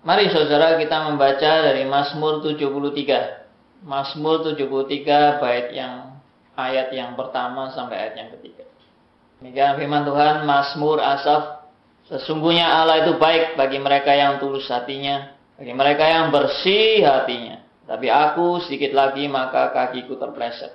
Mari saudara kita membaca dari Mazmur 73. Mazmur 73 ayat yang pertama sampai ayat yang ketiga. Demikian firman Tuhan, Mazmur Asaf. Sesungguhnya Allah itu baik bagi mereka yang tulus hatinya, bagi mereka yang bersih hatinya. Tapi aku sedikit lagi maka kakiku terpleset.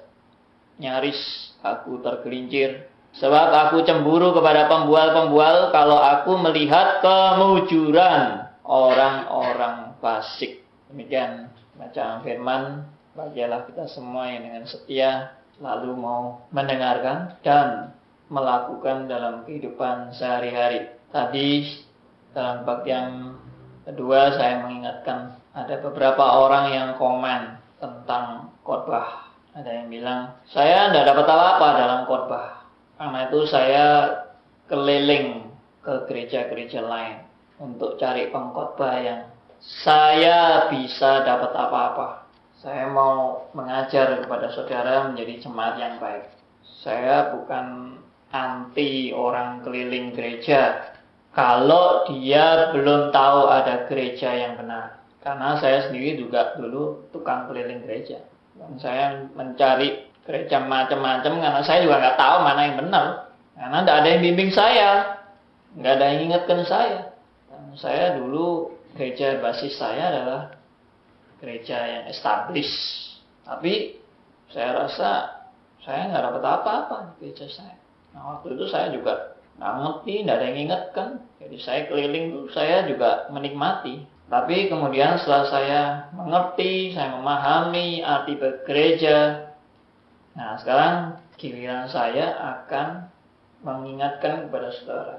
Nyaris aku tergelincir. Sebab aku cemburu kepada pembual-pembual kalau aku melihat kemujuran orang-orang fasik. Demikian bacaan firman. Bagilah kita semua yang dengan setia lalu mau mendengarkan dan melakukan dalam kehidupan sehari-hari. Tadi dalam bagian kedua saya mengingatkan ada beberapa orang yang komen tentang khotbah. Ada yang bilang, saya tidak dapat apa-apa dalam khotbah. Karena itu saya keliling ke gereja-gereja lain untuk cari pengkhotbah yang saya bisa dapat apa-apa. Saya mau mengajar kepada saudara menjadi jemaat yang baik. Saya bukan anti orang keliling gereja kalau dia belum tahu ada gereja yang benar. Karena saya sendiri juga dulu tukang keliling gereja. Dan saya mencari gereja macam-macam karena saya juga nggak tahu mana yang benar. Karena tidak ada yang bimbing saya, nggak ada yang ingatkan saya. Dan saya dulu gereja basis saya adalah gereja yang established. Tapi saya rasa saya nggak dapat apa-apa di gereja saya. Nah waktu itu saya juga nggak ngerti, nggak ada yang ingatkan. Jadi saya keliling tuh saya juga menikmati. Tapi kemudian setelah saya mengerti, saya memahami arti bergereja. Nah sekarang giliran saya akan mengingatkan kepada saudara.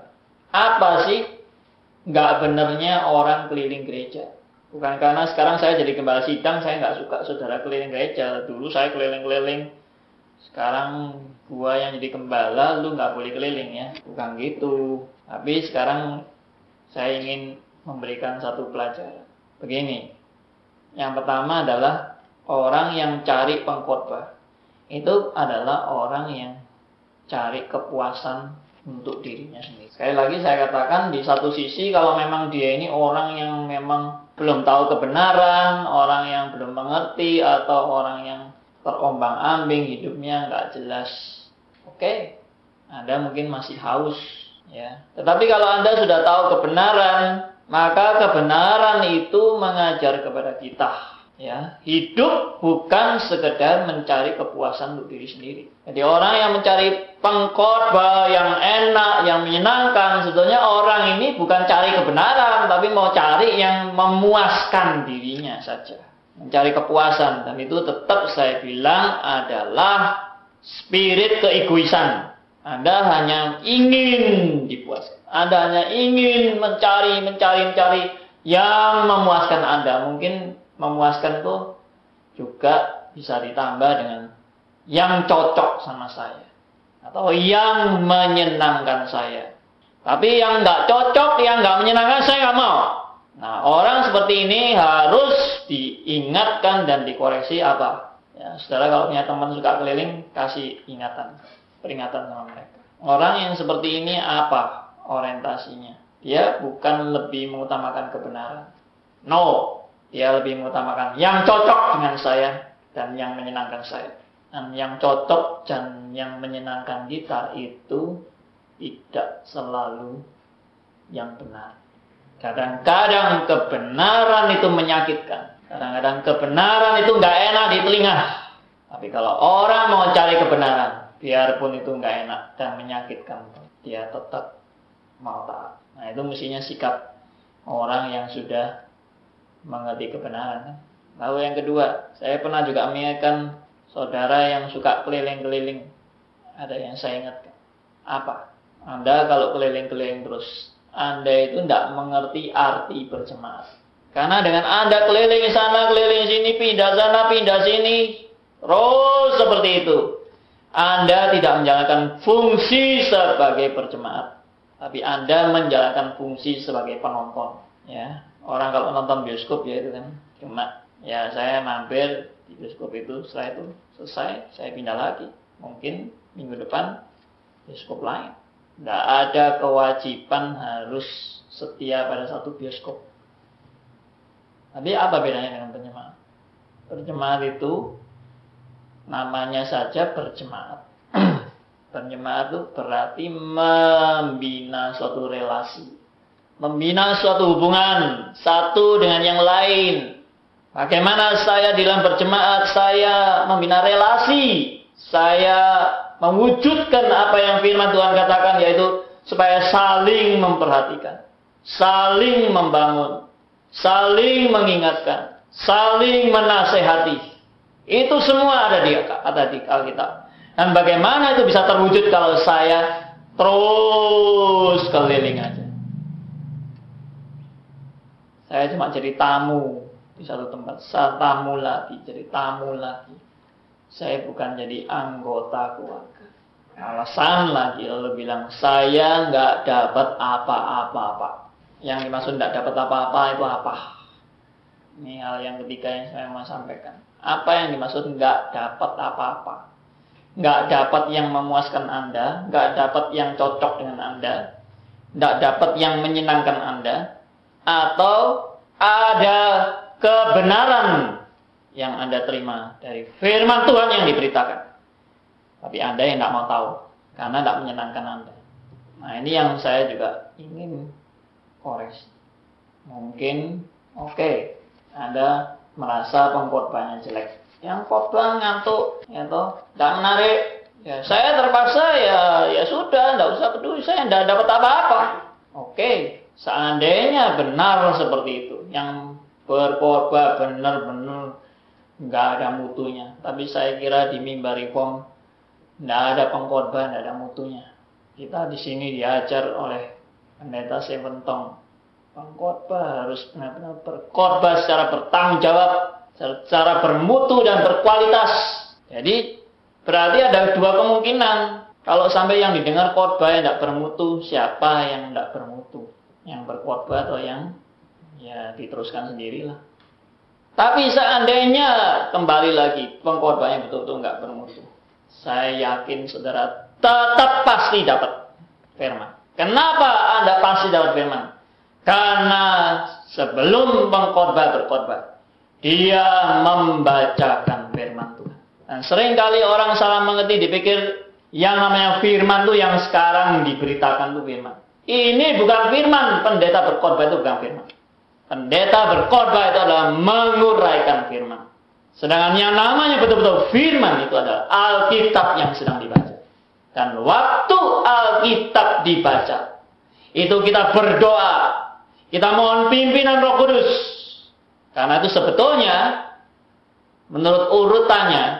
Apa sih nggak benarnya orang keliling gereja? Bukan karena sekarang saya jadi gembala sidang, saya nggak suka saudara keliling gereja. Dulu saya keliling-keliling. Sekarang gua yang jadi gembala, lu nggak boleh keliling ya. Bukan gitu. Tapi sekarang saya ingin memberikan satu pelajaran. Begini. Yang pertama adalah orang yang cari pengkhotbah. Itu adalah orang yang cari kepuasan untuk dirinya sendiri. Sekali lagi saya katakan, di satu sisi kalau memang dia ini orang yang memang belum tahu kebenaran, orang yang belum mengerti, atau orang yang terombang-ambing hidupnya nggak jelas. Oke, Anda mungkin masih haus, ya. Tetapi kalau Anda sudah tahu kebenaran, maka kebenaran itu mengajar kepada kita, ya. Hidup bukan sekedar mencari kepuasan untuk diri sendiri. Jadi orang yang mencari pengkhotbah yang enak, yang menyenangkan, sebetulnya orang ini bukan cari kebenaran, tapi mau cari yang memuaskan dirinya saja. Mencari kepuasan, dan itu tetap saya bilang adalah spirit keegoisan. Anda hanya ingin dipuaskan. Anda hanya ingin mencari yang memuaskan Anda. Mungkin memuaskan itu juga bisa ditambah dengan yang cocok sama saya. Atau yang menyenangkan saya. Tapi yang nggak cocok, yang nggak menyenangkan, saya nggak mau. Nah, orang seperti ini harus diingatkan dan dikoreksi apa? Ya, saudara kalau punya teman suka keliling, kasih peringatan sama mereka. Orang yang seperti ini apa orientasinya? Dia bukan lebih mengutamakan kebenaran. No, dia lebih mengutamakan yang cocok dengan saya dan yang menyenangkan saya. Dan yang cocok dan yang menyenangkan kita itu tidak selalu yang benar. Kadang-kadang kebenaran itu menyakitkan. Kadang-kadang kebenaran itu nggak enak di telinga. Tapi kalau orang mau cari kebenaran, biarpun itu nggak enak dan menyakitkan, dia tetap mau taat. Nah itu mestinya sikap orang yang sudah mengerti kebenaran. Lalu yang kedua, saya pernah juga mengingatkan saudara yang suka keliling-keliling. Ada yang saya ingatkan. Apa? Anda kalau keliling-keliling terus, Anda itu tidak mengerti arti berjemaat. Karena dengan Anda keliling sana, keliling sini, pindah sana, pindah sini, terus seperti itu, Anda tidak menjalankan fungsi sebagai berjemaat, tapi Anda menjalankan fungsi sebagai penonton. Ya, orang kalau nonton bioskop ya itu kan cuma ya saya mampir di bioskop itu, setelah itu selesai, saya pindah lagi. Mungkin minggu depan bioskop lain. Tidak ada kewajiban harus setia pada satu bioskop. Tapi apa bedanya dengan berjemaat? Berjemaat itu namanya saja berjemaat. Berjemaat itu berarti membina suatu relasi, membina suatu hubungan satu dengan yang lain. Bagaimana saya di dalam berjemaat, saya membina relasi, saya mewujudkan apa yang firman Tuhan katakan, yaitu supaya saling memperhatikan, saling membangun, saling mengingatkan, saling menasehati. Itu semua ada di Alkitab. Dan bagaimana itu bisa terwujud kalau saya terus keliling aja? Saya cuma jadi tamu di satu tempat, saya tamu lagi, jadi tamu lagi. Saya bukan jadi anggota keluarga. Alasan lagi lalu bilang, saya nggak dapat apa-apa. Yang dimaksud nggak dapat apa-apa itu apa? Ini hal yang ketiga yang saya mau sampaikan. Apa yang dimaksud nggak dapat apa-apa? Nggak dapat yang memuaskan Anda, nggak dapat yang cocok dengan Anda, nggak dapat yang menyenangkan Anda, atau ada kebenaran yang Anda terima dari firman Tuhan yang diberitakan, tapi Anda yang nggak mau tahu karena nggak menyenangkan Anda. Nah, ini yang saya juga ingin koreksi. Mungkin Anda merasa pengkhotbahnya jelek, yang khotbah ngantuk, nggak menarik. Ya, saya terpaksa ya sudah, nggak usah peduli, saya nggak dapat apa-apa. Seandainya benar seperti itu, yang berkhotbah benar-benar nggak ada mutunya. Tapi saya kira di mimbar Reform nggak ada pengkhotbah, nggak ada mutunya. Kita di sini diajar oleh pendeta Seventong, pengkhotbah harus benar-benar berkhotbah secara bertanggung jawab, secara bermutu dan berkualitas. Jadi berarti ada dua kemungkinan. Kalau sampai yang didengar khotbah yang tidak bermutu, siapa yang tidak bermutu? Yang berkhotbah atau yang diteruskan sendirilah. Tapi seandainya kembali lagi pengkhotbahnya betul-betul nggak bermutu, saya yakin saudara tetap pasti dapat firman. Kenapa Anda pasti dapat firman? Karena sebelum pengkhotbah berkhotbah, dia membacakan firman Tuhan. Dan seringkali orang salah mengerti, dipikir yang namanya firman itu yang sekarang diberitakan itu firman. Ini bukan firman. Pendeta berkhotbah itu bukan firman. Pendeta berkhotbah itu adalah menguraikan firman. Sedangkan yang namanya betul-betul firman itu adalah Alkitab yang sedang dibaca. Dan waktu Alkitab dibaca, itu kita berdoa, kita mohon pimpinan Roh Kudus. Karena itu sebetulnya menurut urutannya,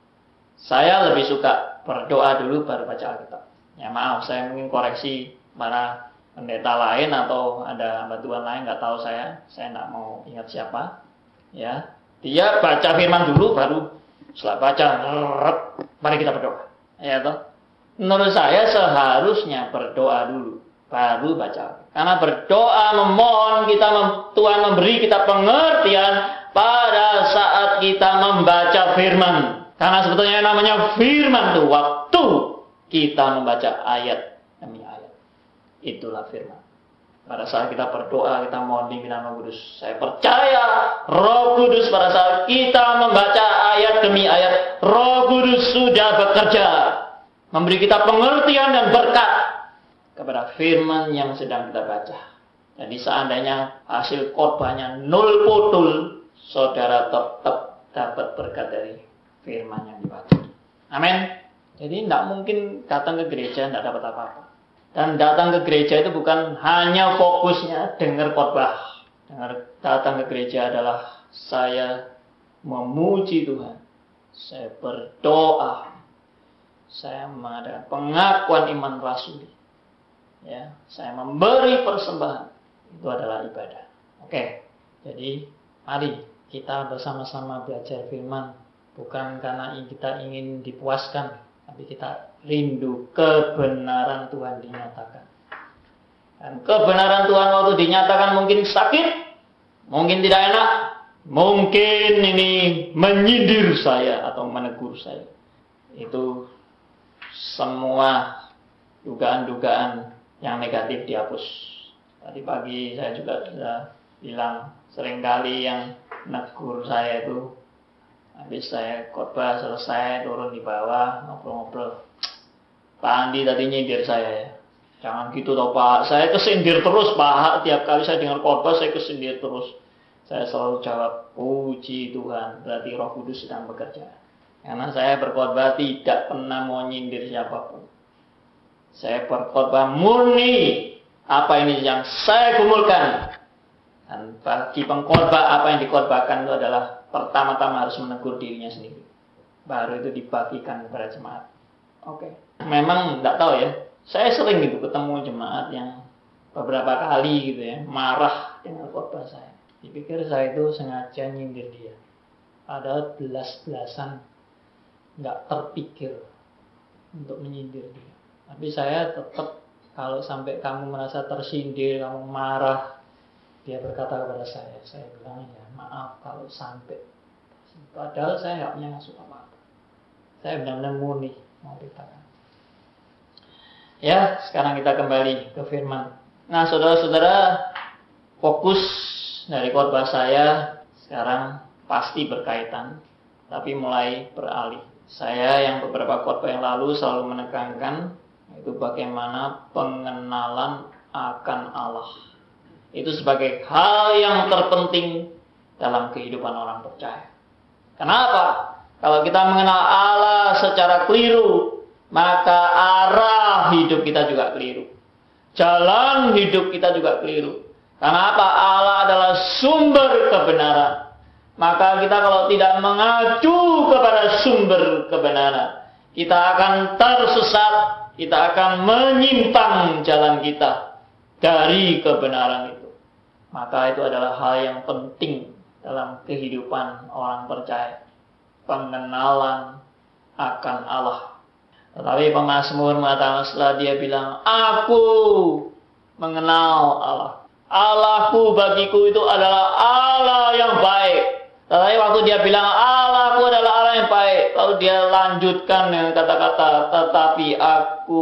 saya lebih suka berdoa dulu baru baca Alkitab. Ya maaf, saya mungkin koreksi para pendeta lain atau ada bantuan lain, nggak tahu saya nggak mau ingat siapa. Ya, dia baca firman dulu, baru setelah baca, mari kita berdoa. Ya toh. Menurut saya seharusnya berdoa dulu, baru baca. Karena berdoa memohon Tuhan memberi kita pengertian pada saat kita membaca firman. Karena sebetulnya namanya firman itu waktu kita membaca ayat demi ayat. Itulah firman. Pada saat kita berdoa, kita mohon pimpinan Roh Kudus. Saya percaya Roh Kudus pada saat kita membaca ayat demi ayat, Roh Kudus sudah bekerja, memberi kita pengertian dan berkat kepada firman yang sedang kita baca. Jadi seandainya hasil khotbahnya nol putul, saudara tetap dapat berkat dari firman yang dibaca. Amin. Jadi tidak mungkin datang ke gereja tidak dapat apa-apa. Dan datang ke gereja itu bukan hanya fokusnya dengar khotbah. Datang ke gereja adalah saya memuji Tuhan, saya berdoa, saya mengadakan pengakuan iman rasuli, ya, saya memberi persembahan. Itu adalah ibadah. Oke, jadi mari kita bersama-sama belajar firman, bukan karena kita ingin dipuaskan, tapi kita rindu kebenaran Tuhan dinyatakan. Dan kebenaran Tuhan waktu dinyatakan mungkin sakit, mungkin tidak enak, mungkin ini menyindir saya atau menegur saya. Itu semua dugaan-dugaan yang negatif dihapus. Tadi pagi saya juga sudah bilang seringkali yang negur saya itu habis saya khotbah selesai turun di bawah ngobrol-ngobrol, Pak Andi tadi nyindir saya ya, jangan gitu toh Pak, saya kesindir terus Pak, tiap kali saya dengar khotbah saya kesindir terus. Saya selalu jawab, puji Tuhan, berarti Roh Kudus sedang bekerja. Karena saya berkhotbah tidak pernah mau nyindir siapapun. Saya berkhotbah murni apa ini yang saya gumulkan. Dan bagi pengkhotbah apa yang dikhotbahkan itu adalah pertama-tama harus menegur dirinya sendiri. Baru itu dibagikan kepada jemaat. Oke. Memang tidak tahu ya. Saya sering gitu ketemu jemaat yang beberapa kali gitu ya marah dengan khotbah saya. Dipikir saya itu sengaja nyindir dia. Padahal belas-belasan nggak terpikir untuk menyindir dia. Tapi saya tetap, kalau sampai kamu merasa tersindir, kamu marah, dia berkata kepada saya bilang ya maaf kalau sampai. Padahal saya nggak punya maksud apa-apa. Saya benar-benar murni mau beritakan. Ya, sekarang kita kembali ke firman. Nah, saudara-saudara, fokus dari khotbah saya sekarang pasti berkaitan, tapi mulai beralih. Saya yang beberapa khotbah yang lalu selalu menekankan itu bagaimana pengenalan akan Allah. Itu sebagai hal yang terpenting dalam kehidupan orang percaya. Kenapa? Kalau kita mengenal Allah secara keliru, maka arah hidup kita juga keliru. Jalan hidup kita juga keliru. Karena apa? Allah adalah sumber kebenaran. Maka kita kalau tidak mengacu kepada sumber kebenaran, kita akan tersesat, kita akan menyimpang jalan kita dari kebenaran itu. Maka itu adalah hal yang penting dalam kehidupan orang percaya. Pengenalan akan Allah. Tetapi pemazmur mengatakan setelah dia bilang, aku mengenal Allah. Allahku bagiku itu adalah Allah yang baik. Tetapi waktu dia bilang Allahku adalah Allah yang baik, lalu dia lanjutkan dengan kata-kata, tetapi aku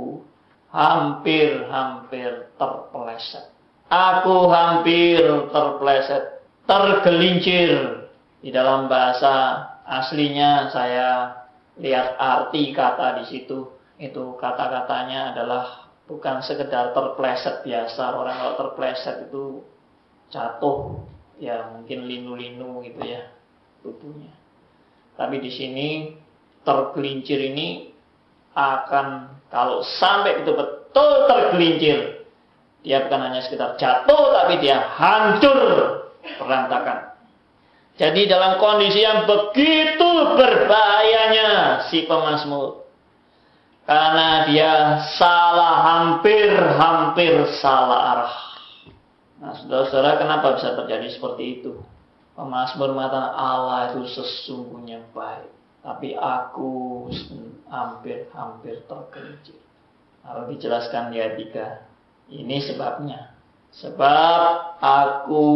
hampir terpeleset. Aku hampir terpeleset, tergelincir. Di dalam bahasa aslinya saya lihat arti kata di situ. Itu kata-katanya adalah bukan sekedar terpleset biasa. Orang kalau terpleset itu jatuh, ya mungkin linu-linu gitu ya tubuhnya. Tapi di sini tergelincir ini akan, kalau sampai betul-betul tergelincir, dia bukan hanya sekedar jatuh, tapi dia hancur berantakan. Jadi dalam kondisi yang begitu berbahayanya si pemazmur, karena dia salah, hampir salah arah. Nah, saudara-saudara, kenapa bisa terjadi seperti itu? Pemazmur mengatakan Allah itu sesungguhnya baik, tapi aku hampir tergelincir. Lalu dijelaskan di ayat 3. Ini sebabnya. Sebab aku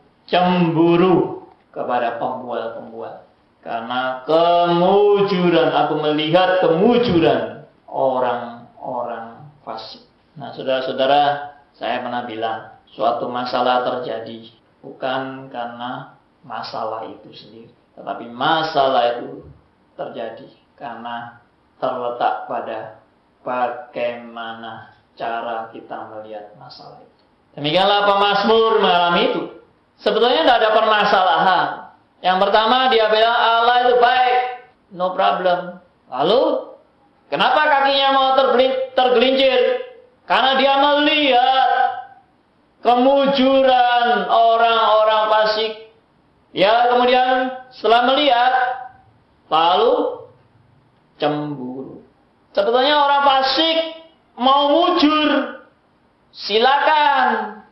cemburu kepada pembual-pembual. Karena kemujuran, aku melihat kemujuran orang-orang fasik. Nah, saudara-saudara, saya pernah bilang, suatu masalah terjadi bukan karena masalah itu sendiri, tetapi masalah itu terjadi karena terletak pada bagaimana cara kita melihat masalah itu. Demikianlah pemazmur mengalami itu. Sebetulnya tidak ada permasalahan. Yang pertama dia bilang Allah itu baik, no problem. Lalu kenapa kakinya mau tergelincir? Karena dia melihat kemujuran orang-orang fasik. Ya, kemudian setelah melihat, lalu cemburu. Sebetulnya orang fasik mau mujur, silakan.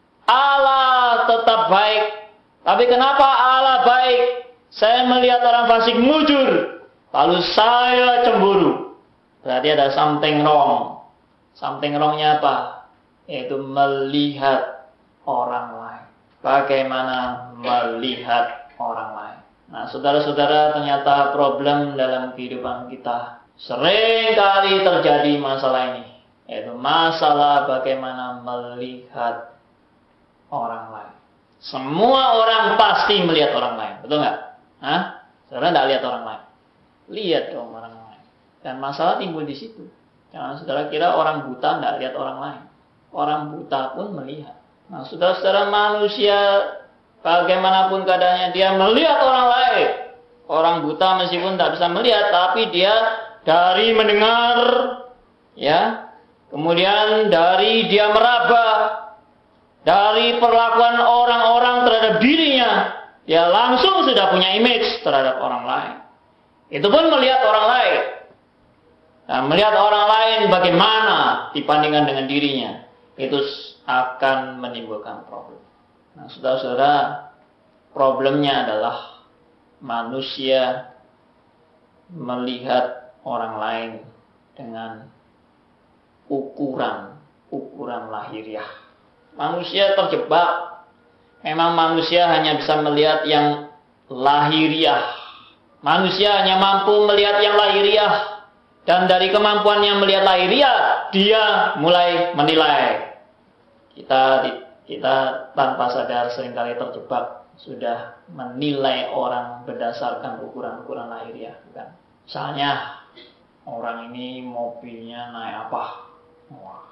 Allah tetap baik. Tapi kenapa Allah baik? Saya melihat orang fasik mujur, lalu saya cemburu. Berarti ada something wrong. Something wrongnya apa? Yaitu melihat orang lain. Bagaimana melihat orang lain? Nah, saudara-saudara, ternyata problem dalam kehidupan kita sering kali terjadi masalah ini. Yaitu masalah bagaimana melihat orang lain. Semua orang pasti melihat orang lain, betul nggak? Hah? Saudara nggak lihat orang lain? Lihat dong orang lain. Dan masalah timbul di situ. Jangan saudara kira orang buta nggak lihat orang lain. Orang buta pun melihat. Nah, saudara-saudara, manusia bagaimanapun keadaannya dia melihat orang lain. Orang buta meskipun tak bisa melihat, tapi dia dari mendengar, ya, kemudian dari dia meraba, dari perlakuan orang-orang terhadap dirinya, dia langsung sudah punya image terhadap orang lain. Itu pun melihat orang lain. Dan melihat orang lain bagaimana dibandingkan dengan dirinya, itu akan menimbulkan problem. Nah, saudara-saudara, problemnya adalah manusia melihat orang lain dengan ukuran lahiriah. Manusia terjebak. Memang manusia hanya bisa melihat yang lahiriah. Manusia hanya mampu melihat yang lahiriah. Dan dari kemampuan yang melihat lahiriah, dia mulai menilai. Kita tanpa sadar seringkali terjebak, sudah menilai orang berdasarkan ukuran-ukuran lahiriah, kan? Misalnya orang ini mobilnya naik apa? Wah,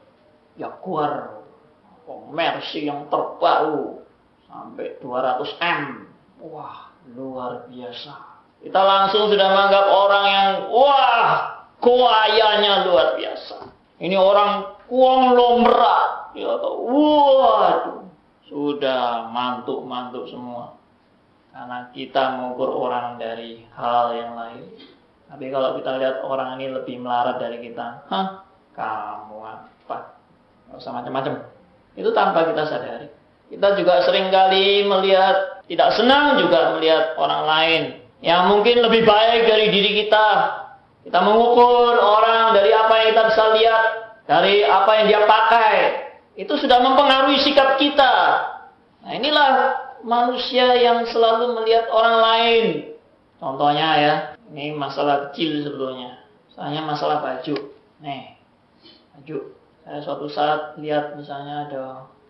Jaguar, Mercy yang terbaru sampai 200 M. Wah, luar biasa. Kita langsung sudah menganggap orang yang wah, kayanya luar biasa. Ini orang konglomerat, ya, waduh. Sudah mantuk semua. Karena kita mengukur orang dari hal yang lain. Tapi kalau kita lihat orang ini lebih melarat dari kita, kamu apa? Nggak usah macam-macam. Itu tanpa kita sadari. Kita juga seringkali melihat, tidak senang juga melihat orang lain yang mungkin lebih baik dari diri kita. Kita mengukur orang dari apa yang kita bisa lihat, dari apa yang dia pakai. Itu sudah mempengaruhi sikap kita. Nah, inilah manusia yang selalu melihat orang lain. Contohnya ya, ini masalah kecil sebetulnya. Misalnya masalah baju. Nih, baju. Saya suatu saat lihat misalnya ada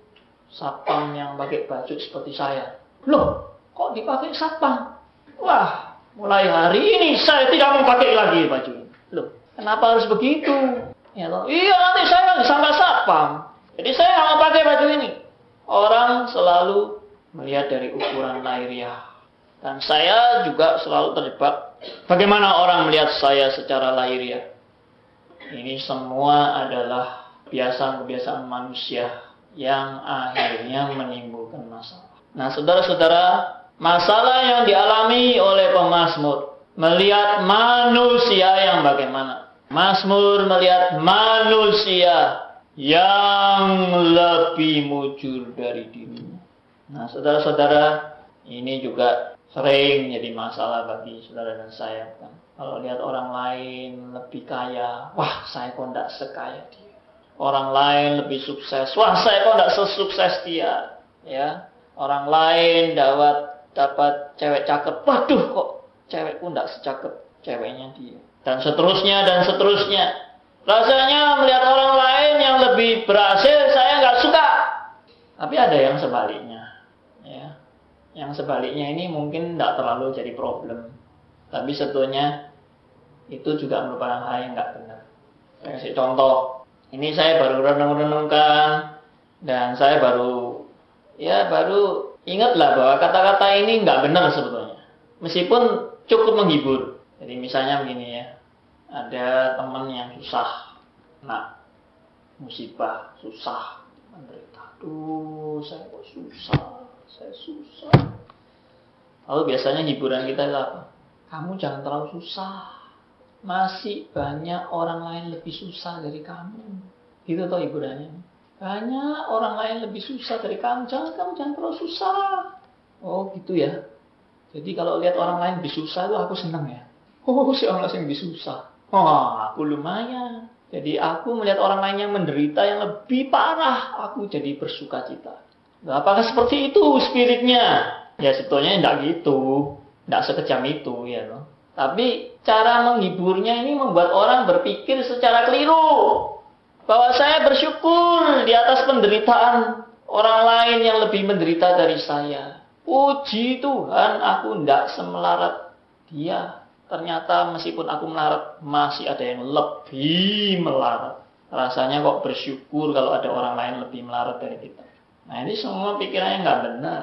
satpam yang pakai baju seperti saya. Loh, kok dipakai satpam? Wah, mulai hari ini saya tidak mau pakai lagi baju ini. Loh, kenapa harus begitu? Ya, iya, nanti saya disangka satpam. Jadi saya nggak mau pakai baju ini. Orang selalu melihat dari ukuran lahiriah. Dan saya juga selalu terjebak. Bagaimana orang melihat saya secara lahiriah? Ini semua adalah kebiasaan-kebiasaan manusia yang akhirnya menimbulkan masalah. Nah, saudara-saudara, masalah yang dialami oleh pemazmur melihat manusia yang bagaimana? Mazmur melihat manusia yang lebih mujur dari dirinya. Nah, saudara-saudara, ini juga sering jadi masalah bagi saudara dan saya, kan? Kalau lihat orang lain lebih kaya, wah, saya kok tidak sekaya dia. Orang lain lebih sukses, wah, saya kok tidak sesukses dia. Ya, orang lain dapat cewek cakep, waduh, kok cewekku tidak secakep ceweknya dia. Dan seterusnya dan seterusnya. Rasanya melihat orang lain yang lebih berhasil, saya nggak suka. Tapi ada yang sebaliknya, ya. Yang sebaliknya ini mungkin tidak terlalu jadi problem. Tapi sebetulnya itu juga merupakan hal yang nggak benar. Saya kasih contoh. Ini saya baru renung-renungkan dan saya baru ingatlah bahwa kata-kata ini nggak benar sebetulnya. Meskipun cukup menghibur. Jadi misalnya begini ya. Ada teman yang susah, musibah, susah, menderita. Aduh, saya kok susah, saya susah. Lalu biasanya hiburan kita itu apa? Kamu jangan terlalu susah. Masih banyak orang lain lebih susah dari kamu. Gitu toh hiburannya. Banyak orang lain lebih susah dari kamu. Kamu jangan terlalu susah. Oh gitu ya. Jadi kalau lihat orang lain lebih susah itu aku senang ya. Oh, si orang lain lebih susah. Oh, aku lumayan. Jadi aku melihat orang lain yang menderita yang lebih parah, aku jadi bersuka cita. Nah, apakah seperti itu spiritnya? Ya sebetulnya tidak gitu, tidak sekejam itu ya. No? Tapi cara menghiburnya ini membuat orang berpikir secara keliru. Bahwa saya bersyukur di atas penderitaan orang lain yang lebih menderita dari saya. Puji Tuhan, aku tidak semelarat dia. Ternyata meskipun aku melarat, masih ada yang lebih melarat. Rasanya kok bersyukur kalau ada orang lain lebih melarat dari kita. Nah, ini semua pikirannya nggak benar.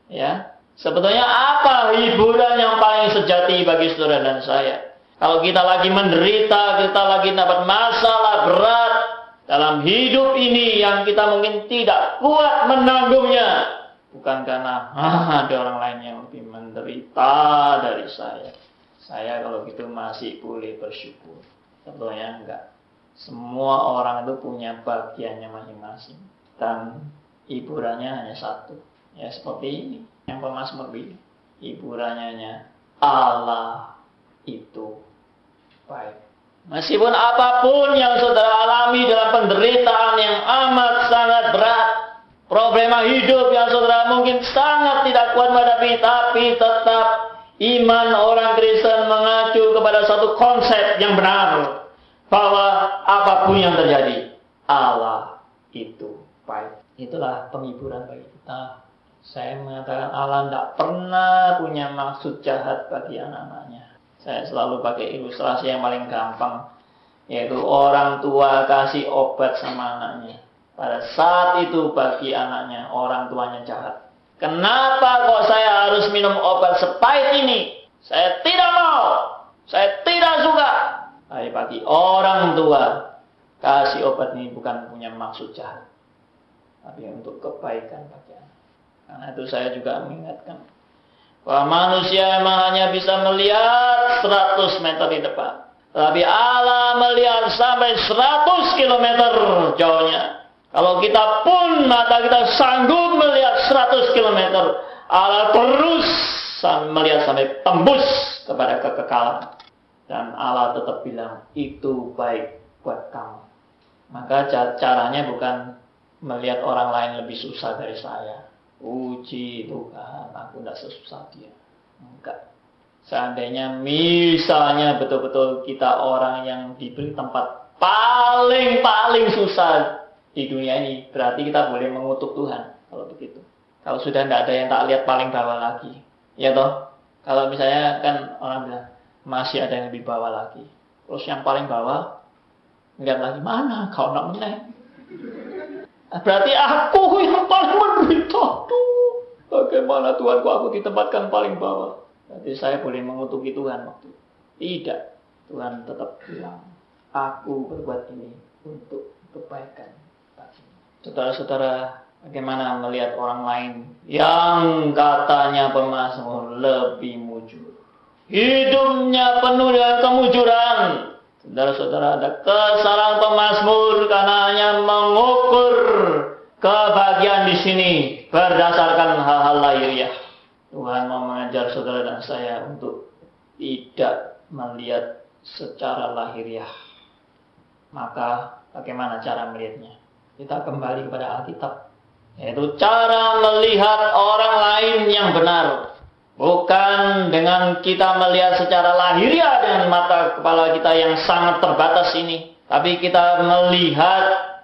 Ya, sebetulnya apa hiburan yang paling sejati bagi saudara dan saya? Kalau kita lagi menderita, kita lagi dapat masalah berat dalam hidup ini yang kita mungkin tidak kuat menanggungnya. Bukan karena ada orang lain yang lebih menderita dari saya. Saya kalau gitu masih boleh bersyukur. Tentunya enggak. Semua orang itu punya bagiannya masing-masing. Dan hiburannya hanya satu. Ya seperti ini. Yang pemazmur bilang. Hiburannya hanya Allah itu baik. Meskipun apapun yang saudara alami dalam penderitaan yang amat sangat berat. Problema hidup yang saudara mungkin sangat tidak kuat menghadapi. Tapi tetap iman orang Kristen mengacu kepada satu konsep yang benar. Bahwa apapun yang terjadi, Allah itu baik. Itulah penghiburan bagi kita. Saya mengatakan Allah tidak pernah punya maksud jahat bagi anak-anaknya. Saya selalu pakai ilustrasi yang paling gampang. Yaitu orang tua kasih obat sama anaknya. Pada saat itu bagi anaknya, orang tuanya jahat. Kenapa kok saya harus minum obat sepahit ini? Saya tidak mau. Saya tidak suka. Hari pagi orang tua kasih obat ini bukan punya maksud jahat. Tapi untuk kebaikan bagi anak. Karena itu saya juga mengingatkan. Bahwa manusia memang hanya bisa melihat 100 meter di depan. Tapi Allah melihat sampai 100 kilometer jauhnya. Kalau kita pun mata kita sanggup melihat 100 kilometer, Allah terus melihat sampai tembus kepada kekekalan. Dan Allah tetap bilang, itu baik buat kamu. Maka caranya bukan melihat orang lain lebih susah dari saya. Puji Tuhan, aku tidak sesusah dia. Enggak. Seandainya misalnya betul-betul kita orang yang diberi tempat paling susah di dunia ini, berarti kita boleh mengutuk Tuhan kalau begitu. Kalau sudah tidak ada yang tak lihat paling bawah lagi, ya toh. Kalau misalnya kan orang bilang masih ada yang lebih bawah lagi, terus yang paling bawah lihat lagi mana kau nak menang. Berarti aku yang paling menderita. Tuh, bagaimana Tuhan kok aku ditempatkan paling bawah? Berarti saya boleh mengutuki Tuhan waktu itu. Tidak, Tuhan tetap bilang, aku berbuat ini untuk kebaikan. Saudara-saudara, bagaimana melihat orang lain yang katanya pemazmur lebih mujur, hidupnya penuh dengan kemujuran. Saudara-saudara, ada kesalahan pemazmur karena hanya mengukur kebahagiaan di sini berdasarkan hal-hal lahiriah. Tuhan mau mengajar saudara dan saya untuk tidak melihat secara lahiriah. Maka bagaimana cara melihatnya? Kita kembali kepada Alkitab, yaitu cara melihat orang lain yang benar. Bukan dengan kita melihat secara lahiriah dengan mata kepala kita yang sangat terbatas ini. Tapi kita melihat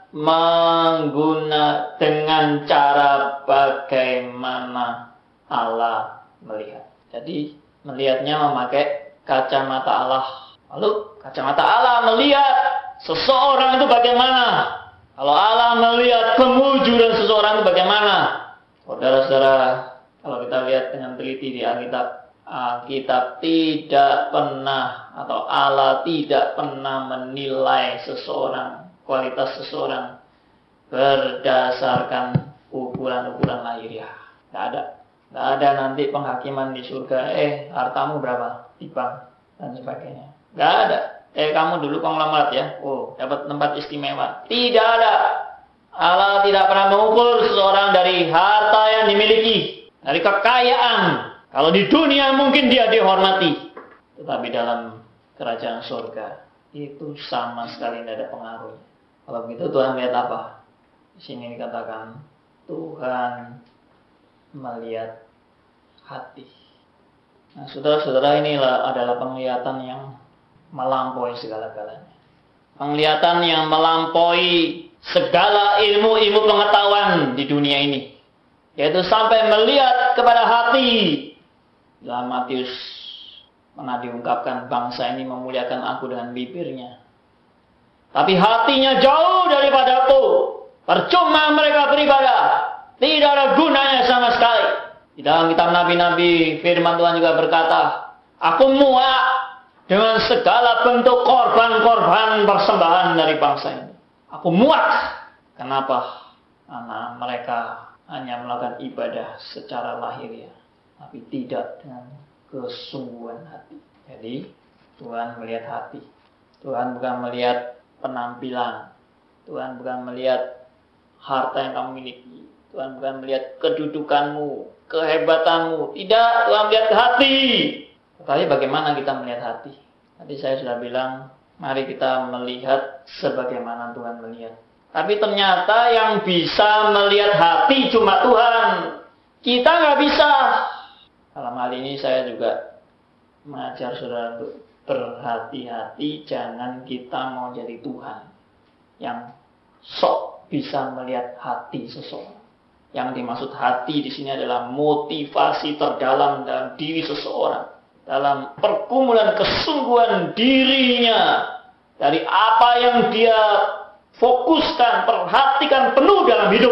dengan cara bagaimana Allah melihat. Jadi melihatnya memakai kacamata Allah. Lalu kacamata Allah melihat seseorang itu bagaimana? Kalau Allah melihat kemujuran seseorang itu bagaimana? Saudara-saudara, kalau kita lihat dengan teliti di Alkitab, Alkitab tidak pernah atau Allah tidak pernah menilai seseorang, kualitas seseorang berdasarkan ukuran-ukuran lahiriah. Tidak ada. Tidak ada nanti penghakiman di surga. Hartamu berapa? Di bank dan sebagainya. Tidak ada. Kamu dulu konglomerat ya. Dapat tempat istimewa. Tidak ada. Allah tidak pernah mengukur seseorang dari harta yang dimiliki, dari kekayaan. Kalau di dunia mungkin dia dihormati, tetapi dalam kerajaan surga itu sama sekali tidak ada pengaruhnya. Kalau begitu Tuhan lihat apa? Di sini dikatakan Tuhan melihat hati. Nah, saudara-saudara, inilah adalah penglihatan yang melampaui segala-galanya. Penglihatan yang melampaui segala ilmu-ilmu pengetahuan di dunia ini. Yaitu sampai melihat kepada hati. Dalam Matius pernah diungkapkan, bangsa ini memuliakan aku dengan bibirnya, tapi hatinya jauh daripadaku. Percuma mereka beribadah, tidak ada gunanya sama sekali. Di dalam kitab Nabi-Nabi, firman Tuhan juga berkata, aku muak dengan segala bentuk korban-korban persembahan dari bangsa ini. Aku muak. Kenapa? Karena mereka hanya melakukan ibadah secara lahiriah, tapi tidak dengan kesungguhan hati. Jadi Tuhan melihat hati. Tuhan bukan melihat penampilan. Tuhan bukan melihat harta yang kamu miliki. Tuhan bukan melihat kedudukanmu, kehebatanmu. Tidak, Tuhan melihat ke hati. Tetapi bagaimana kita melihat hati? Tadi saya sudah bilang, mari kita melihat sebagaimana Tuhan melihat. Tapi ternyata yang bisa melihat hati cuma Tuhan. Kita nggak bisa. Dalam hal ini saya juga mengajar saudara untuk berhati-hati. Jangan kita mau jadi Tuhan yang sok bisa melihat hati seseorang. Yang dimaksud hati di sini adalah motivasi terdalam dalam diri seseorang. Dalam pergumulan kesungguhan dirinya. Dari apa yang dia fokuskan, perhatikan penuh dalam hidup.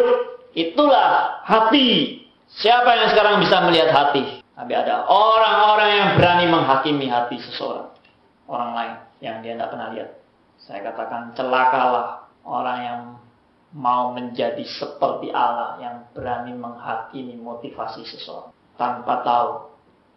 Itulah hati. Siapa yang sekarang bisa melihat hati? Tapi ada orang-orang yang berani menghakimi hati seseorang. Orang lain yang dia tidak pernah lihat. Saya katakan celakalah orang yang mau menjadi seperti Allah, yang berani menghakimi motivasi seseorang tanpa tahu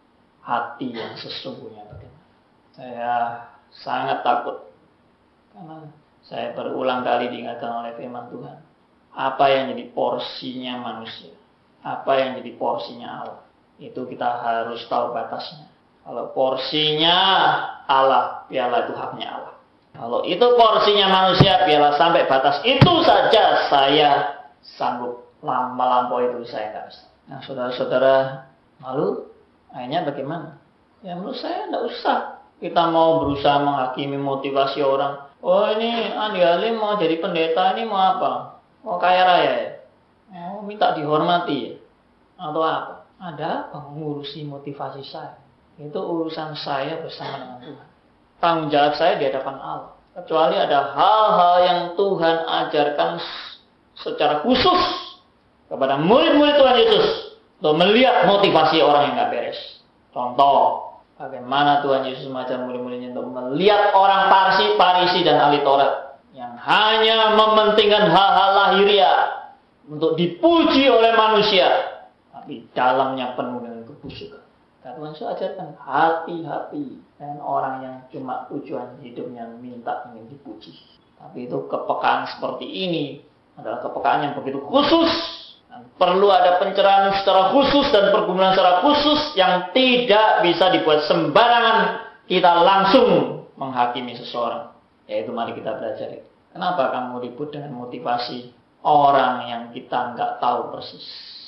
hati yang sesungguhnya bagaimana. Saya sangat takut karena saya berulang kali diingatkan oleh firman Tuhan. Apa yang jadi porsinya manusia, apa yang jadi porsinya Allah, itu kita harus tahu batasnya. Kalau porsinya Allah, piala itu haknya Allah. Kalau itu porsinya manusia, piala sampai batas itu saja saya sanggup. Melampaui itu saya nggak bisa. Nah, saudara-saudara, lalu akhirnya bagaimana? Ya menurut saya nggak usah kita mau berusaha menghakimi motivasi orang. Oh ini Andi Halim mau jadi pendeta, ini mau apa? Mau kaya raya ya? Mau minta dihormati ya? Atau apa? Ada apa mengurusi motivasi saya? Itu urusan saya bersama dengan Tuhan. Tanggung jawab saya di hadapan Allah. Kecuali ada hal-hal yang Tuhan ajarkan secara khusus kepada murid-murid Tuhan Yesus untuk melihat motivasi orang yang gak beres. Contoh, bagaimana Tuhan Yesus mengajar murid-muridnya untuk melihat orang Farisi dan ahli Taurat yang hanya mementingkan hal-hal lahiriah untuk dipuji oleh manusia, tapi dalamnya penuh dengan kebusukan. Tuhan Yesus ajarkan hati-hati dengan orang yang cuma tujuan hidupnya minta ingin dipuji. Tapi itu kepekaan seperti ini adalah kepekaan yang begitu khusus. Dan perlu ada pencerahan secara khusus dan pergumulan secara khusus yang tidak bisa dibuat sembarangan kita langsung menghakimi seseorang. Yaitu mari kita belajar. Kenapa kamu ribut dengan motivasi orang yang kita nggak tahu persis?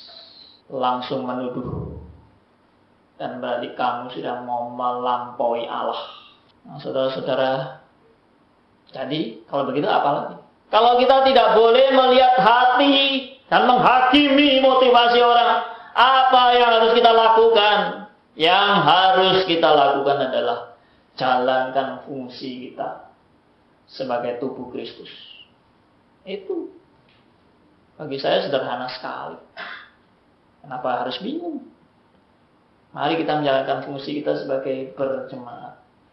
Langsung menuduh. Dan berarti kamu sudah mau melampaui Allah. Nah, saudara-saudara, jadi kalau begitu apa lagi? Kalau kita tidak boleh melihat hati dan menghakimi motivasi orang, apa yang harus kita lakukan? Yang harus kita lakukan adalah jalankan fungsi kita sebagai tubuh Kristus. Itu bagi saya sederhana sekali. Kenapa harus bingung? Mari kita menjalankan fungsi kita sebagai berjemaat.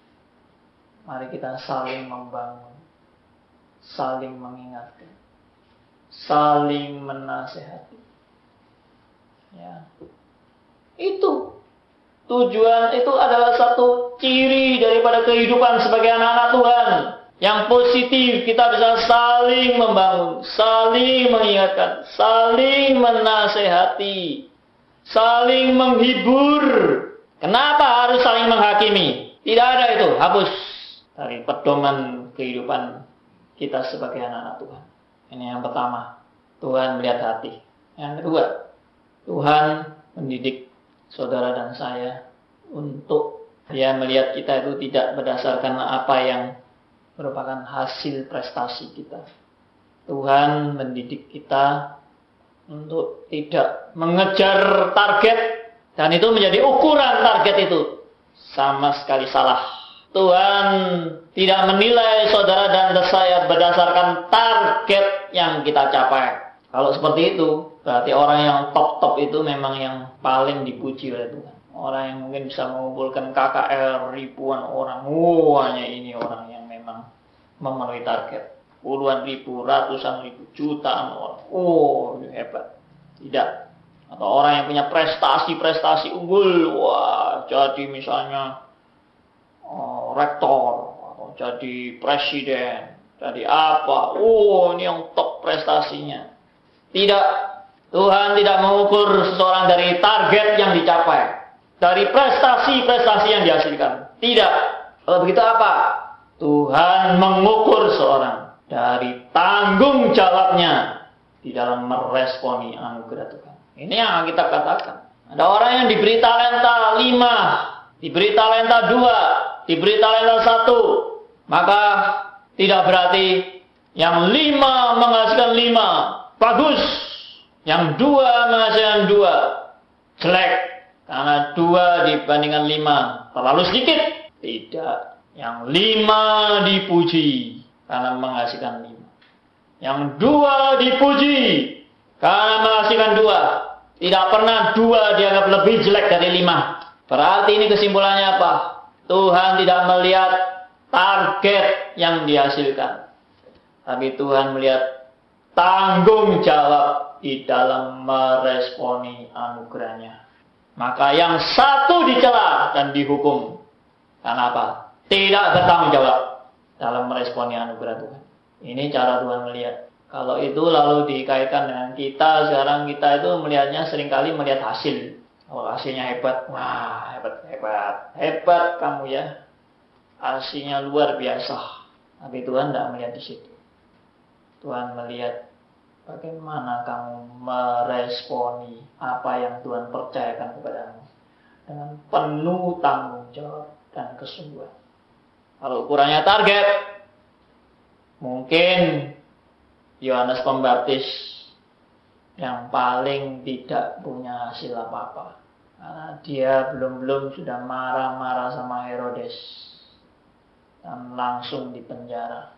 Mari kita saling membangun, saling mengingatkan, saling menasehati. Ya. Itu tujuan, itu adalah satu ciri daripada kehidupan sebagai anak-anak Tuhan. Yang positif, kita bisa saling membangun, saling mengingatkan, saling menasehati, saling menghibur. Kenapa harus saling menghakimi? Tidak ada itu, hapus dari pedoman kehidupan kita sebagai anak-anak Tuhan. Ini yang pertama, Tuhan melihat hati. Yang kedua, Tuhan mendidik saudara dan saya untuk dia melihat kita itu tidak berdasarkan apa yang merupakan hasil prestasi kita. Tuhan mendidik kita untuk tidak mengejar target, dan itu menjadi ukuran target itu sama sekali salah. Tuhan tidak menilai saudara dan saya berdasarkan target yang kita capai. Kalau seperti itu, berarti orang yang top itu memang yang paling dipuji oleh Tuhan. Orang yang mungkin bisa mengumpulkan KKR ribuan orang, hanya ini orang yang memang memenuhi target. Puluhan ribu, ratusan ribu, jutaan orang. Ini hebat. Tidak. Atau orang yang punya prestasi unggul. Jadi misalnya rektor, atau jadi presiden, jadi apa. Ini yang top prestasinya. Tidak. Tuhan tidak mengukur seseorang dari target yang dicapai, dari prestasi yang dihasilkan. Tidak. Kalau begitu apa? Tuhan mengukur seorang dari tanggung jawabnya di dalam meresponi anugerah Tuhan. Ini yang kita katakan. Ada orang yang diberi talenta 5, diberi talenta 2, diberi talenta 1. Maka tidak berarti yang 5 menghasilkan 5 bagus, yang 2 menghasilkan 2 jelek. Karena 2 dibandingkan 5 terlalu sedikit. Tidak. Yang 5 dipuji karena menghasilkan 5. Yang 2 dipuji karena menghasilkan 2. Tidak pernah 2 dianggap lebih jelek dari 5. Berarti ini kesimpulannya apa? Tuhan tidak melihat target yang dihasilkan, tapi Tuhan melihat tanggung jawab di dalam meresponi anugerahnya. Maka yang satu dicela dan dihukum. Karena apa? Tidak bertanggung jawab dalam meresponi anugerah Tuhan. Ini cara Tuhan melihat. Kalau itu lalu dikaitkan dengan kita, sekarang kita itu melihatnya seringkali melihat hasil. Kalau hasilnya hebat, wah hebat kamu ya. Hasilnya luar biasa. Tapi Tuhan tidak melihat di situ. Tuhan melihat bagaimana kamu meresponi apa yang Tuhan percayakan kepadamu dengan penuh tanggung jawab dan kesungguhan. Kalau ukurannya target, mungkin Yohanes Pembaptis yang paling tidak punya hasil apa-apa. Karena dia belum sudah marah-marah sama Herodes dan langsung dipenjara.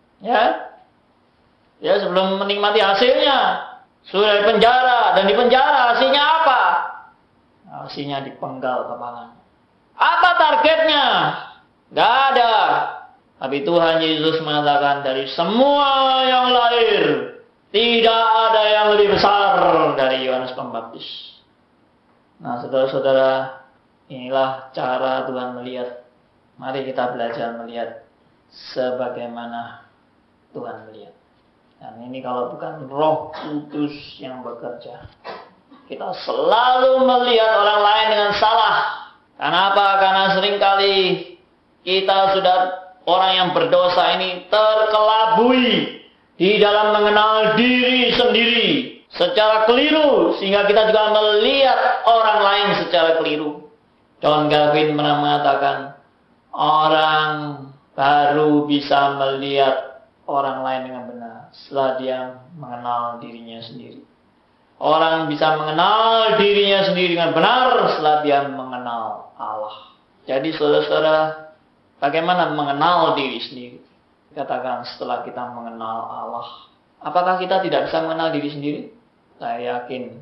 Ya sebelum menikmati hasilnya sudah dipenjara, dan dipenjara hasilnya apa? Hasilnya dipenggal kepalanya. Apa targetnya? Gak ada. Tapi Tuhan Yesus mengatakan dari semua yang lahir tidak ada yang lebih besar dari Yohanes Pembaptis. Nah, saudara-saudara, inilah cara Tuhan melihat. Mari kita belajar melihat sebagaimana Tuhan melihat. Dan ini kalau bukan Roh Kudus yang bekerja, kita selalu melihat orang lain dengan salah. Kenapa? Karena seringkali kita sudah, orang yang berdosa ini terkelabui di dalam mengenal diri sendiri secara keliru, sehingga kita juga melihat orang lain secara keliru. John Calvin pernah mengatakan, orang baru bisa melihat orang lain dengan benar setelah dia mengenal dirinya sendiri. Orang bisa mengenal dirinya sendiri dengan benar setelah dia mengenal Allah. Jadi saudara-saudara, bagaimana mengenal diri sendiri? Katakan setelah kita mengenal Allah. Apakah kita tidak bisa mengenal diri sendiri? Saya yakin,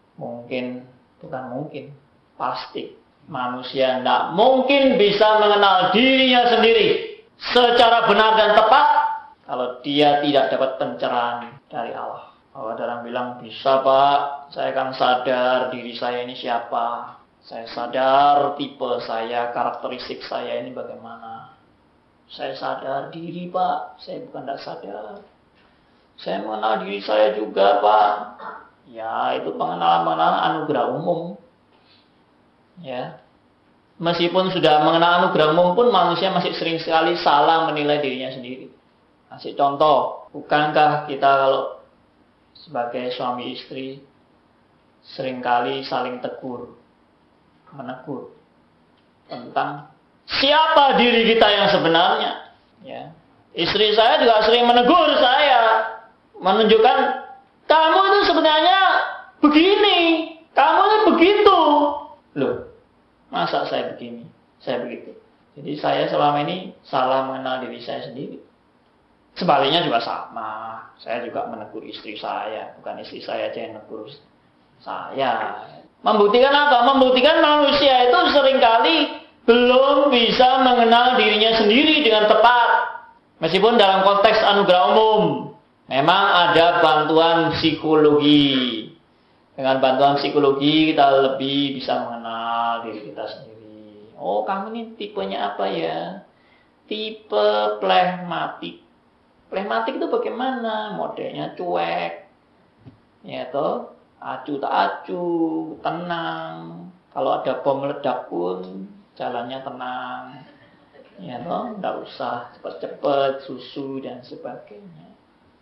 pasti. Manusia tidak mungkin bisa mengenal dirinya sendiri secara benar dan tepat kalau dia tidak dapat pencerahan dari Allah. Kalau ada orang bilang, bisa Pak, saya akan sadar diri saya ini siapa. Saya sadar tipe saya, karakteristik saya ini bagaimana. Saya sadar diri Pak, saya bukan tidak sadar. Saya mengenal diri saya juga Pak. Ya, itu pengenalan anugerah umum. Ya. Meskipun sudah mengenal anugerah umum pun manusia masih sering sekali salah menilai dirinya sendiri. Kasih contoh, bukankah kita kalau sebagai suami istri seringkali saling menegur tentang siapa diri kita yang sebenarnya. Ya. Istri saya juga sering menegur saya. menunjukkan kamu itu sebenarnya begini, kamu itu begitu. Loh, masa saya begini, saya begitu. Jadi saya selama ini salah mengenal diri saya sendiri. Sebaliknya juga sama. Saya juga menegur istri saya, bukan istri saya aja yang menegur saya. Membuktikan apa? Membuktikan manusia itu seringkali belum bisa mengenal dirinya sendiri dengan tepat. Meskipun dalam konteks anugerah umum, memang ada bantuan psikologi. Dengan bantuan psikologi kita lebih bisa mengenal diri kita sendiri. Oh, kamu ini tipenya apa ya? Tipe plekmatik. Plekmatik itu bagaimana? Modelnya cuek. Ya toh, acu tak acu, tenang. Kalau ada bom meledak pun jalannya tenang. Ya toh, enggak usah cepat-cepat susu dan sebagainya.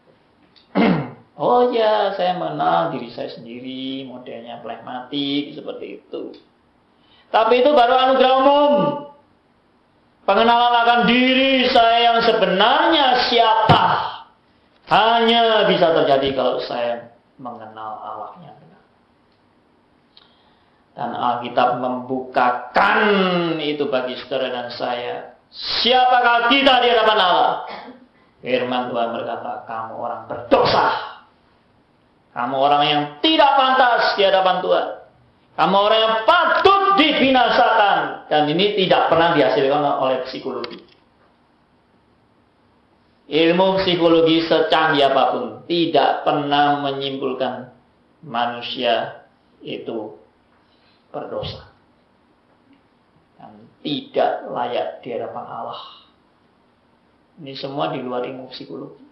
Oh ya, saya mengenal diri saya sendiri, modelnya plekmatik, seperti itu. Tapi itu baru anugerah umum. Pengenalan akan diri saya yang sebenarnya siapa, hanya bisa terjadi kalau saya mengenal Allah yang benar. Dan Alkitab membukakan itu bagi saudara dan saya. Siapakah kita di hadapan Allah? Firman Tuhan berkata, kamu orang berdosa. Kamu orang yang tidak pantas di hadapan Tuhan. Kamu orang yang patut dibinasakan. Dan ini tidak pernah dihasilkan oleh psikologi. Ilmu psikologi secanggih apapun tidak pernah menyimpulkan manusia itu berdosa. Dan tidak layak di hadapan Allah. Ini semua di luar ilmu psikologi.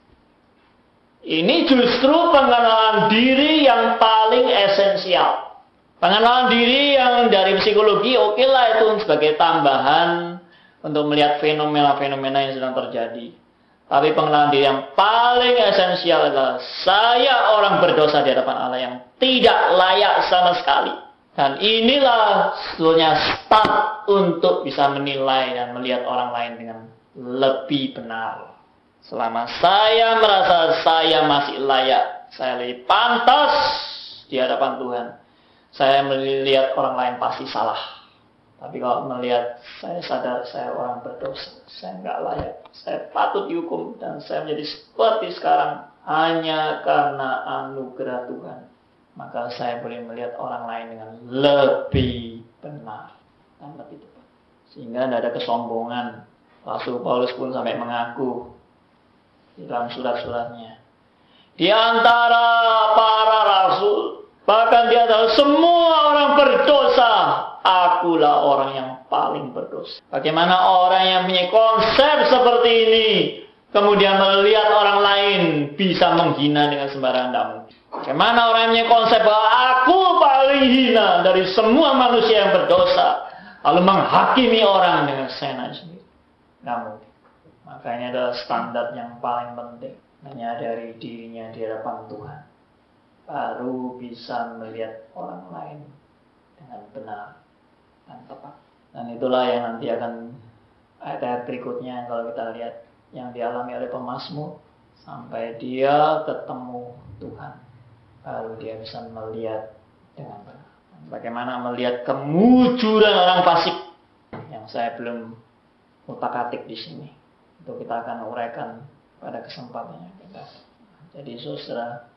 Ini justru pengenalan diri yang paling esensial. Pengenalan diri yang dari psikologi oke lah itu sebagai tambahan untuk melihat fenomena-fenomena yang sedang terjadi. Tapi pengenalan diri yang paling esensial adalah saya orang berdosa di hadapan Allah yang tidak layak sama sekali. Dan inilah sebetulnya start untuk bisa menilai dan melihat orang lain dengan lebih benar. Selama saya merasa saya masih layak, saya lebih pantas di hadapan Tuhan, saya melihat orang lain pasti salah. Tapi kalau melihat saya sadar saya orang berdosa, saya nggak layak, saya patut dihukum dan saya menjadi seperti sekarang hanya karena anugerah Tuhan, maka saya boleh melihat orang lain dengan lebih benar dan lebih tepat. Sehingga tidak ada kesombongan. Rasul Paulus pun sampai mengaku di dalam surat-suratnya, di antara para rasul, bahkan di antara semua orang berdosa, akulah orang yang paling berdosa. Bagaimana orang yang punya konsep seperti ini kemudian melihat orang lain bisa menghina dengan sembarangan tidak mungkin. Bagaimana orang yang punya konsep bahwa aku paling hina dari semua manusia yang berdosa, lalu menghakimi orang dengan seenaknya sendiri. Tidak mungkin. Makanya adalah standar yang paling penting. Menyadari dirinya di hadapan Tuhan. Baru bisa melihat orang lain dengan benar dan tepat. Dan itulah yang nanti akan ayat-ayat berikutnya kalau kita lihat yang dialami oleh pemazmur. Sampai dia ketemu Tuhan. Baru dia bisa melihat dengan benar. Bagaimana melihat kemujuran orang fasik. Yang saya belum utak-atik di sini. Itu kita akan uraikan pada kesempatannya kita. Jadi saudara,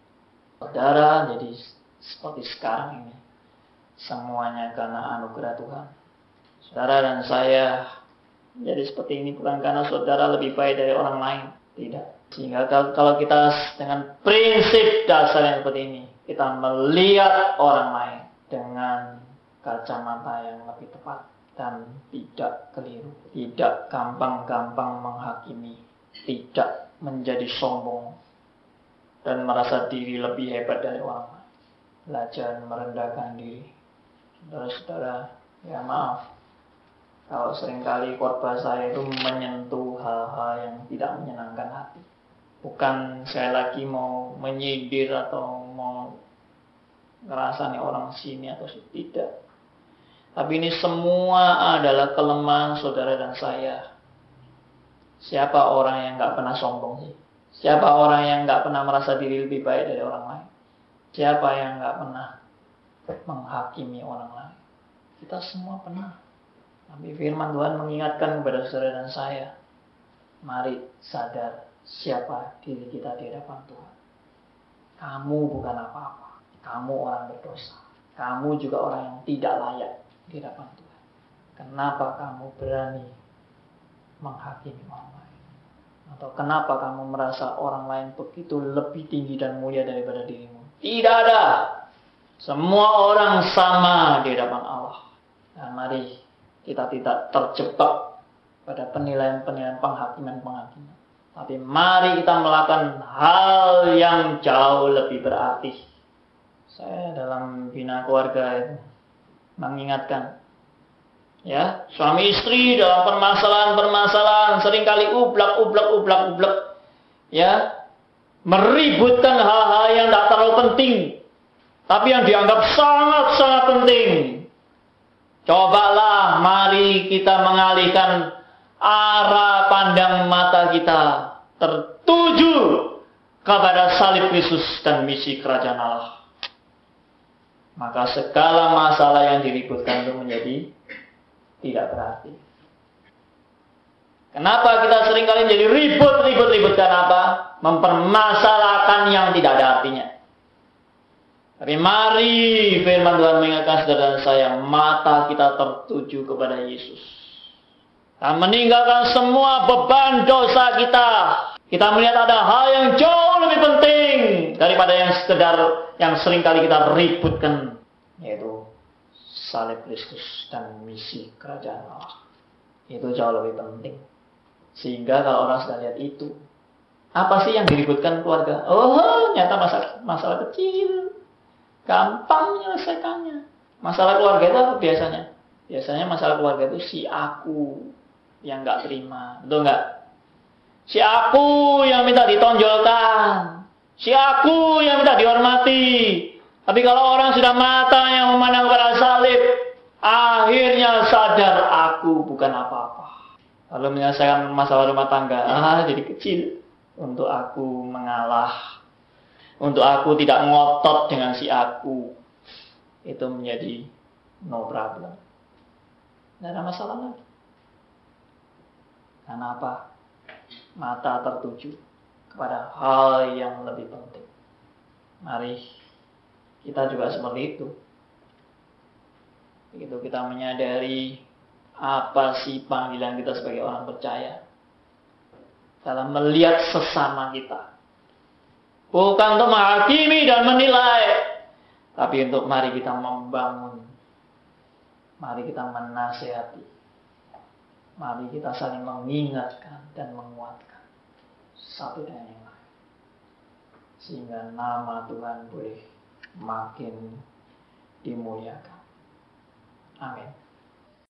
jadi seperti sekarang ini semuanya karena anugerah Tuhan. Saudara dan saya jadi seperti ini bukan karena saudara lebih baik dari orang lain, tidak. Sehingga kalau kita dengan prinsip dasar yang seperti ini, kita melihat orang lain dengan kacamata yang lebih tepat. Dan tidak keliru, tidak gampang-gampang menghakimi, tidak menjadi sombong dan merasa diri lebih hebat dari orang lain. Belajar merendahkan diri. Saudara-saudara, ya maaf kalau seringkali khotbah saya itu menyentuh hal-hal yang tidak menyenangkan hati. Bukan saya lagi mau menyindir atau mau ngerasani orang sini atau sini, tidak. Tapi ini semua adalah kelemahan saudara dan saya. Siapa orang yang gak pernah sombong sih? Siapa orang yang nggak pernah merasa diri lebih baik dari orang lain? Siapa yang nggak pernah menghakimi orang lain? Kita semua pernah. Tapi firman Tuhan mengingatkan kepada saudara dan saya, mari sadar siapa diri kita di hadapan Tuhan. Kamu bukan apa-apa. Kamu orang berdosa. Kamu juga orang yang tidak layak di hadapan Tuhan. Kenapa kamu berani menghakimi orang lain? Atau kenapa kamu merasa orang lain begitu lebih tinggi dan mulia daripada dirimu? Tidak ada. Semua orang sama di hadapan Allah. Dan mari kita tidak terjebak pada penilaian-penilaian penghakiman-penghakiman. Tapi mari kita melakukan hal yang jauh lebih berarti. Saya dalam bina keluarga itu mengingatkan, ya, suami istri dalam permasalahan-permasalahan seringkali ublak, ya, meributkan hal-hal yang tidak terlalu penting, tapi yang dianggap sangat-sangat penting. Cobalah, mari kita mengalihkan arah pandang mata kita tertuju kepada salib Kristus dan misi kerajaan Allah. Maka segala masalah yang diributkan itu menjadi tidak berarti. Kenapa kita seringkali menjadi ribut? Kenapa? Mempermasalahkan yang tidak ada artinya. Tapi mari firman Tuhan mengingatkan saudara saya, mata kita tertuju kepada Yesus. Kita meninggalkan semua beban dosa kita. Kita melihat ada hal yang jauh lebih penting daripada yang sekedar yang seringkali kita ributkan, yaitu salib Kristus dan misi kerajaan Allah. Itu jauh lebih penting. Sehingga kalau orang sudah lihat itu, apa sih yang diributkan keluarga? Oh, nyata masalah kecil. Gampang menyelesaikannya. Masalah keluarga itu apa biasanya? Biasanya masalah keluarga itu si aku yang nggak terima, betul nggak? Si aku yang minta ditonjolkan, si aku yang minta dihormati. Tapi kalau orang sudah mata yang memandang kepada salib, akhirnya sadar aku bukan apa-apa. Lalu menyelesaikan masalah rumah tangga, jadi kecil. Untuk aku mengalah, untuk aku tidak ngotot dengan si aku, itu menjadi no problem. Tidak ada masalah lagi. Karena apa? Mata tertuju kepada hal yang lebih penting. Mari kita juga seperti itu. Begitu kita menyadari apa sih panggilan kita sebagai orang percaya dalam melihat sesama kita. Bukan untuk menghakimi dan menilai, tapi untuk mari kita membangun. Mari kita menasihati. Mari kita saling mengingatkan dan menguatkan satu dengan yang lain. Sehingga nama Tuhan boleh makin dimuliakan. Amin.